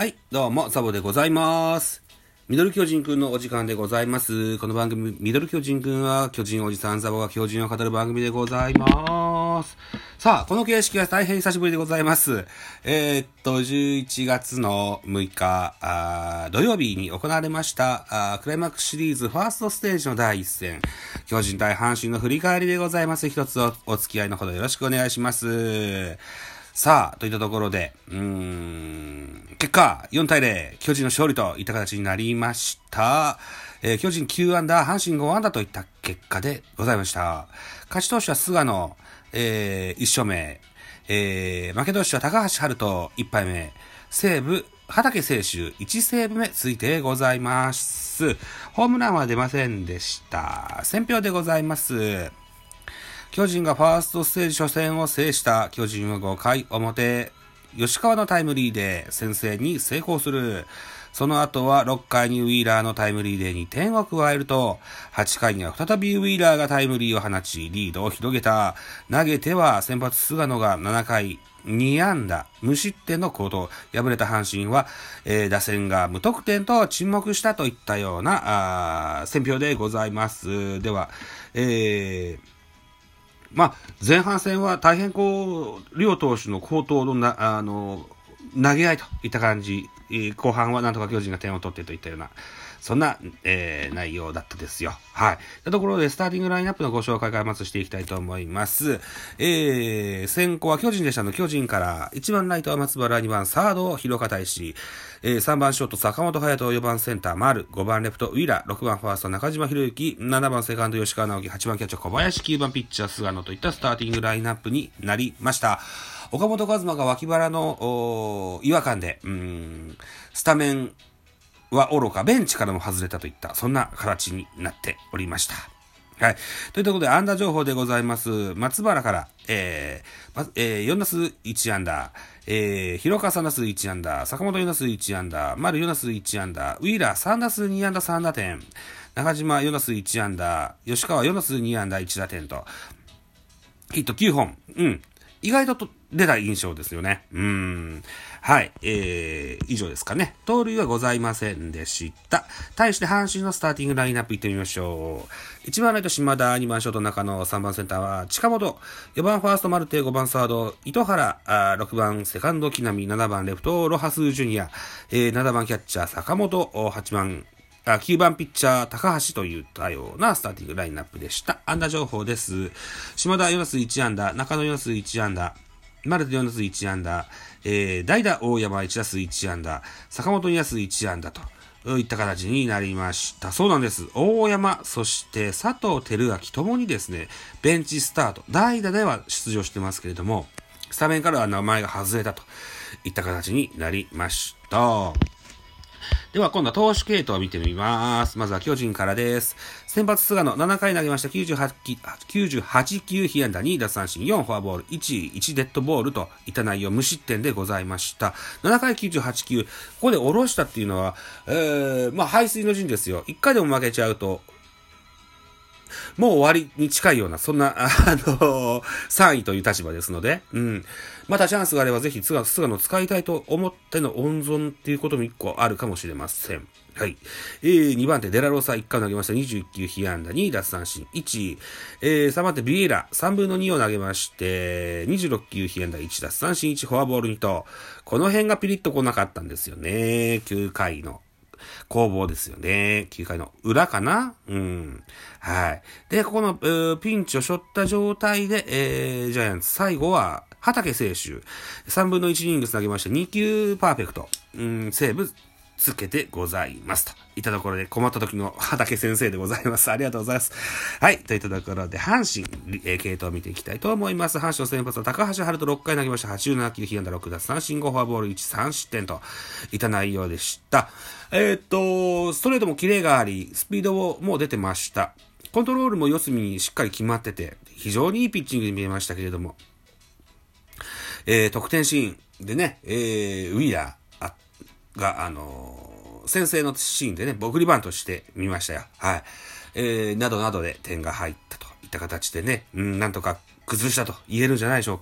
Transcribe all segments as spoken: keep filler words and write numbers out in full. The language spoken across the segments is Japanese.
はい、どうも、サボでございます。ミドル巨人くんのお時間でございます。この番組、ミドル巨人くんは、巨人おじさんサボが巨人を語る番組でございます。さあ、この形式は大変久しぶりでございます。えー、っと、じゅういちがつのむいか、あ土曜日に行われましたあ、クライマックスシリーズファーストステージのだいいっせん、巨人対阪神の振り返りでございます。一つ お, お付き合いのほどよろしくお願いします。さあ、といったところで、うーん、結果、よんたいゼロ、巨人の勝利といった形になりました。えー、巨人きゅうアンダー、阪神ごアンダーといった結果でございました。勝ち投手は菅野、えー、いち勝目、えー、負け投手は高橋遥人いち敗目、西武、畠選手いちセーブ目ついてございます。ホームランは出ませんでした。選票でございます。巨人がファーストステージ初戦を制した巨人はごかい表、吉川のタイムリーで先制に成功する。その後はろっかいにウィーラーのタイムリーでにてんを加えると、はちかいには再びウィーラーがタイムリーを放ち、リードを広げた。投げては先発菅野がななかいに安打、無失点の好投。敗れた阪神は、えー、打線が無得点と沈黙したといったような、あ選評でございます。では、えー、まあ、前半戦は大変こう、両投手の好投のな、あの、投げ合いといった感じ、後半はなんとか巨人が点を取ってといったような、そんな、えー、内容だったですよ。はい。というところで、スターティングラインナップのご紹介からまずしていきたいと思います。えー、先行は巨人でしたので、巨人から、いちばんライトは松原、にばんサード、広岡大志、えー、さんばんショート、坂本勇人、よばんセンター、丸、ごばんレフト、ウィーラー、ろくばんファースト、中島博之、ななばんセカンド、吉川直樹、はちばんキャッチャー、小林、きゅうばんピッチャー、菅野といったスターティングラインナップになりました。岡本和真が脇腹の違和感で、うーん、スタメンはおろか、ベンチからも外れたといった、そんな形になっておりました。はい。ということで、安打情報でございます。松原から、えー、ま、えー、よん打数いち安打、えー、広川さん打数いち安打、坂本よん打数いち安打、丸よん打数いち安打、ウィーラーさん打数に安打さん打点、中島よん打数いち安打、吉川よん打数に安打いち打点と、ヒットきゅうほん。うん。意外と出た印象ですよね。うーん。はい。えー、以上ですかね。盗塁はございませんでした。対して阪神のスターティングラインナップいってみましょう。いちばんライト島田、にばんショート中野、さんばんセンターは近本、よばんファーストマルテ、ごばんサード糸原、ろくばんセカンド木浪、ななばんレフトロハスジュニア、えー、ななばんキャッチャー坂本、はちばんきゅうばんピッチャー高橋といったようなスターティングラインナップでした。安打情報です。島田よん打数いち安打、中野よん打数いち安打、丸でよん打数いち安打、えー、代打大山いち打数いち安打、坂本に打数いち安打といった形になりました。そうなんです。大山、そして佐藤輝明ともにですね、ベンチスタート、代打では出場してますけれども、スタメンからは名前が外れたといった形になりました。では今度は投手系統を見てみます。まずは巨人からです。先発菅野ななかい投げました。きゅうじゅうはち球被安打に奪三振よんフォアボールいち、いちデッドボールといった内容無失点でございました。ななかいきゅうじゅうはち球、ここで下ろしたっていうのは、えー、まあ背水の陣ですよ。いっかいでも負けちゃうと、もう終わりに近いような、そんな、あのー、さんいという立場ですので、うん。またチャンスがあればぜひ菅野使いたいと思っての温存っていうことも一個あるかもしれません。はい。えー、にばん手デラロサいっかい投げました。にじゅういち球被安打に奪三振いち。えー、さんばん手ビエラさんぶんのにを投げまして、にじゅうろく球被安打いち奪三振いちフォアボールにと、この辺がピリッと来なかったんですよね。きゅうかいの。攻防ですよね。きゅうかいの裏かな。うん。はい。で、ここの、えー、ピンチを背負った状態で、えー、ジャイアンツ最後は、畠選手。さんぶんのいちイニングス投げました。に球パーフェクト。うん、セーブつけてございます。といったところで困った時の畠先生でございます。ありがとうございます。はい。といったところで、阪神、えー、系統を見ていきたいと思います。阪神の先発は高橋遥人ろっかい投げました。はちじゅうなな球被安打ろく奪三振ごフォアボールいち、さん失点といった内容でした。えー、っと、ストレートもキレがあり、スピードも出てました。コントロールも四隅にしっかり決まってて、非常にいいピッチングに見えましたけれども、えー、得点シーンでね、えー、ウィーラーが、あのー、先制のシーンでね、送りバントしてみましたよ。はい。えー、などなどで点が入ったといった形でね、うん、なんとか崩したと言えるんじゃないでしょうか。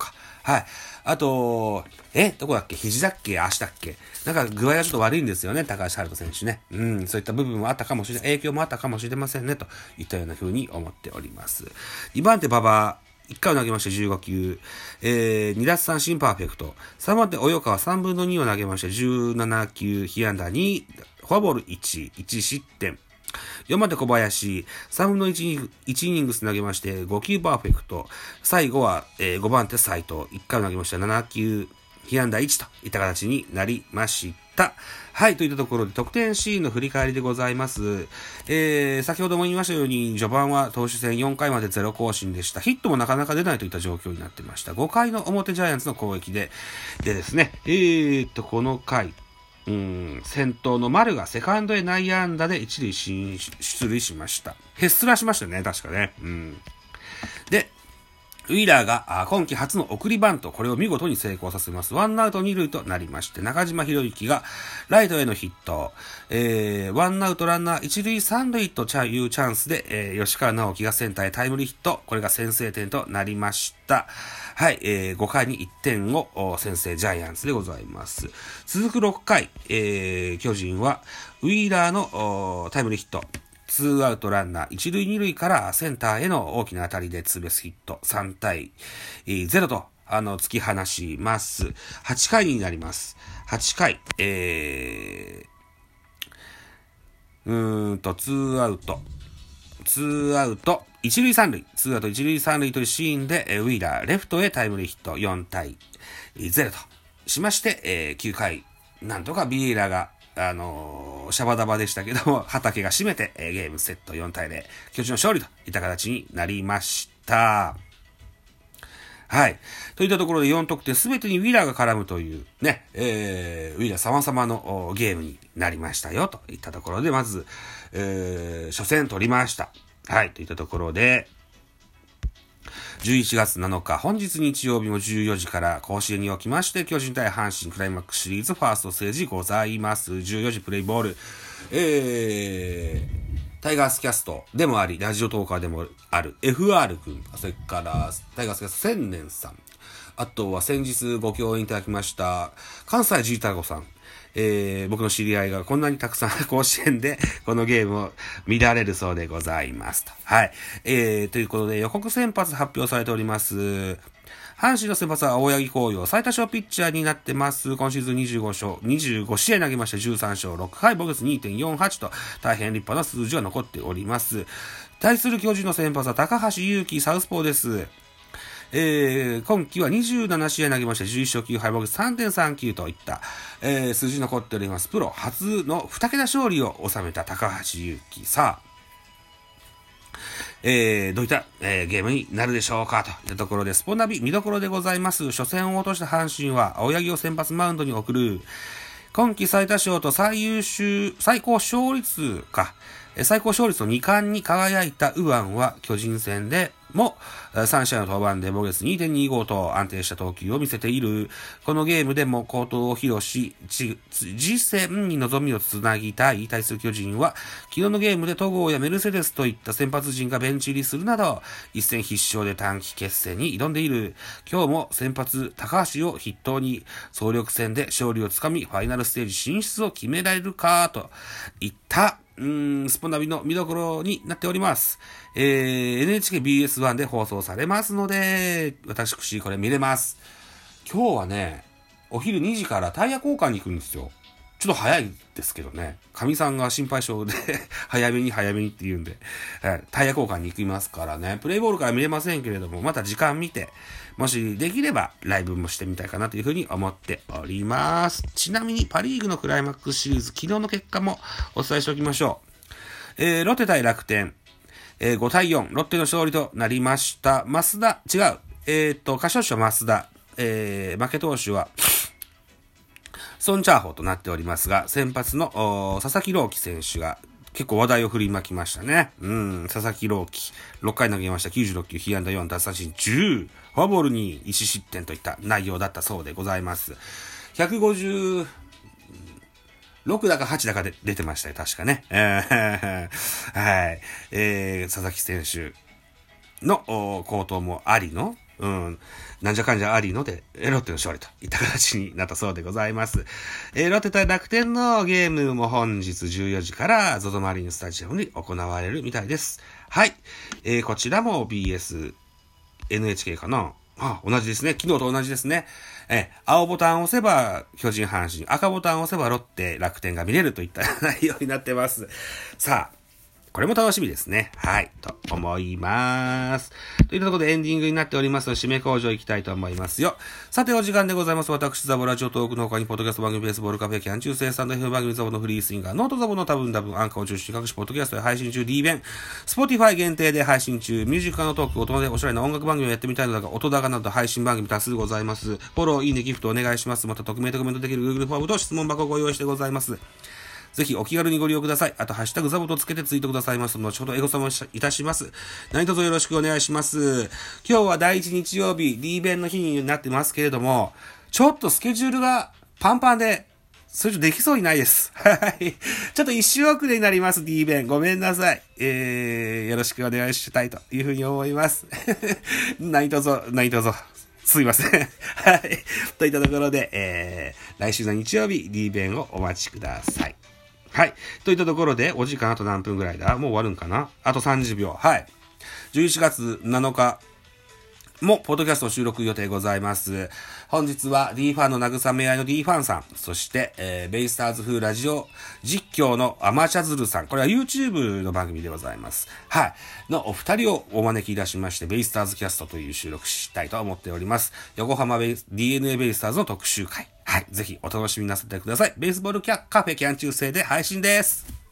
はい。あと、え、どこだっけ肘だっけ足だっけなんか具合がちょっと悪いんですよね、高橋遥人選手ね。うん、そういった部分もあったかもしれない、影響もあったかもしれませんね、といったような風に思っております。にばん手馬場、いっかいを投げましてじゅうご球、えー、に奪三振パーフェクト。さんばん手及川さんぶんのにを投げましてじゅうなな球、被安打に、フォアボールいち、いち失点。よんばん手小林、さんぶんのいちイニングス投げましてご球パーフェクト。最後は、えー、ごばん手斉藤、いっかいを投げましてなな球、被安打いちといった形になりました。はい、といったところで得点シーンの振り返りでございます。えー、先ほども言いましたように、序盤は投手戦よんかいまでゼロ更新でした。ヒットもなかなか出ないといった状況になってました。ごかいの表ジャイアンツの攻撃で、でですね、えーっと、この回、うん、先頭の丸がセカンドへ内野安打で一塁進出塁しました。へっすらしましたね、確かね。うん。で、ウィーラーが今季初の送りバント、これを見事に成功させます。ワンアウト二塁となりまして、中島博之がライトへのヒット、えー、ワンアウトランナー一塁三塁というチャンスで、えー、吉川直樹がセンターへタイムリーヒット、これが先制点となりました。はい、えー、ごかいにいってんを先制ジャイアンツでございます。続くろっかい、えー、巨人はウィーラーのタイムリーヒット、ツーアウトランナー一塁二塁からセンターへの大きな当たりでツーベースヒットさんたいゼロとあの突き放します。はちかいになります。はちかい、えー、うーんとツーアウトツーアウト一塁三塁ツーアウト一塁三塁というシーンでウィーラーレフトへタイムリーヒットよんたいゼロとしまして、えー、きゅうかいなんとかビエイラがあのー、シャバダバでしたけども、畑が締めて、えー、ゲームセットよんたいゼロ、巨人の勝利といった形になりました。はい。といったところでよん得点すべてにウィーラーが絡むというね、えー、ウィーラー様々のゲームになりましたよといったところで、まず、えー、初戦取りました。はい。といったところで、じゅういちがつなのか、本日日曜日もじゅうよじから甲子園におきまして、巨人対阪神クライマックスシリーズファーストステージございます。じゅうよじプレイボール。えー、タイガースキャストでもあり、ラジオトーカーでもある エフアール 君、それからタイガースキャスト千年さん、あとは先日ご共演いただきました、関西ジータゴさん。えー、僕の知り合いがこんなにたくさん甲子園でこのゲームを見られるそうでございますと。はい。えー、ということで予告先発発表されております。阪神の先発は青柳晃洋、最多勝ピッチャーになってます。今シーズンにじゅうご勝、にじゅうご試合投げましてじゅうさん勝、ろく敗、防御率 にてんよんはち と大変立派な数字が残っております。対する巨人の先発は高橋優貴、サウスポーです。えー、今季はにじゅうなな試合投げましてじゅういち勝きゅう敗、防御率 さんてんさんきゅう といった、えー、数字残っております。プロ初のに桁勝利を収めた高橋優貴。さあ、えー、どういった、えー、ゲームになるでしょうかといったところで、スポナビ見どころでございます。初戦を落とした阪神は青柳を先発マウンドに送る。今季最多勝と最優秀、最高勝率か。最高勝率のに冠に輝いた右腕は巨人戦でもさん試合の登板で防御率 にてんにご と安定した投球を見せている。このゲームでも好投を披露し、次戦に望みをつなぎたい対する巨人は、昨日のゲームで戸郷やメルセデスといった先発陣がベンチ入りするなど、一戦必勝で短期決戦に挑んでいる。今日も先発高橋を筆頭に総力戦で勝利をつかみ、ファイナルステージ進出を決められるかといったうーん、スポナビの見どころになっております。えー、エヌエイチケービーエスワン で放送されますので、私これ見れます。今日はね、お昼にじからタイヤ交換に行くんですよ。ちょっと早いですけどね。神さんが心配性で早めに早めにって言うんで、はい、タイヤ交換に行きますからね。プレイボールから見れませんけれども、また時間見て、もしできればライブもしてみたいかなというふうに思っております。ちなみにパリーグのクライマックスシリーズ、昨日の結果もお伝えしておきましょう。えー、ロッテ対楽天、えー、ごたいよん、ロッテの勝利となりました。増田、違う。えー、っと、勝手手は増田、えー、負け投手は、ソンチャーホーとなっておりますが、先発の佐々木朗希選手が結構話題を振りまきましたね。うん、佐々木朗希、ろっかい投げました。きゅうじゅうろく球、被安打よん、奪三振じゅう、フォアボールにいち失点といった内容だったそうでございます。ひゃくごじゅうろくだかはちだかで出てましたよ、確かね。はい。えー、佐々木選手の好投もありのうん、なんじゃかんじゃありので、ロッテの勝利といった形になったそうでございます。えー、ロッテ対楽天のゲームも本日じゅうよじから ゾゾ マリンスタジアムに行われるみたいです。はい。えー、こちらも ビーエス、エヌエイチケー かな。あ、同じですね。昨日と同じですね。え、青ボタンを押せば巨人阪神、赤ボタンを押せばロッテ楽天が見れるといった内容になってます。さあ、これも楽しみですね。はい。と思います。というところでエンディングになっておりますので、締め工場行きたいと思いますよ。さて、お時間でございます。私、ザボラジオトークの他に、ポッドキャスト番組、ベースボールカフェ、キャン中世スタンド エフエム 番組、ザボのフリースインガー、ノートザボの多分多分、アンカーを中心に各種ポッドキャストで配信中、D 弁、Spotify 限定で配信中、ミュージック化のトーク、音でおしゃれな音楽番組をやってみたいのだが、音高など配信番組多数ございます。フォロー、いいね、ギフトお願いします。また、匿名でコメントできる Google フォームと質問箱をご用意してございます。ぜひお気軽にご利用ください。あと、ハッシュタグザボとつけてツイートくださいますので、後ほどエゴサもいたします。何卒よろしくお願いします。今日は第一日曜日、D 弁の日になってますけれども、ちょっとスケジュールがパンパンで、それ以上できそうにないです。はい。ちょっと一周遅れになります、D 弁。ごめんなさい。えー、よろしくお願いしたいというふうに思います。何卒、何卒。すいません。はい。といったところで、えー、来週の日曜日、D 弁をお待ちください。はい。といったところで、お時間あと何分ぐらいだ？もう終わるんかな？あとさんじゅうびょう。はい。じゅういちがつなのかも、ポッドキャスト収録予定ございます。本日は D ファンの慰め合いの D ファンさん、そして、えー、ベイスターズ風ラジオ実況のアマチャズルさん、これは YouTube の番組でございます。はい。のお二人をお招きいたしまして、ベイスターズキャストという収録したいと思っております。横浜ベイス ディーエヌエー ベイスターズの特集会。はい。ぜひお楽しみになさってください。ベースボールキャカフェキャン中世で配信です。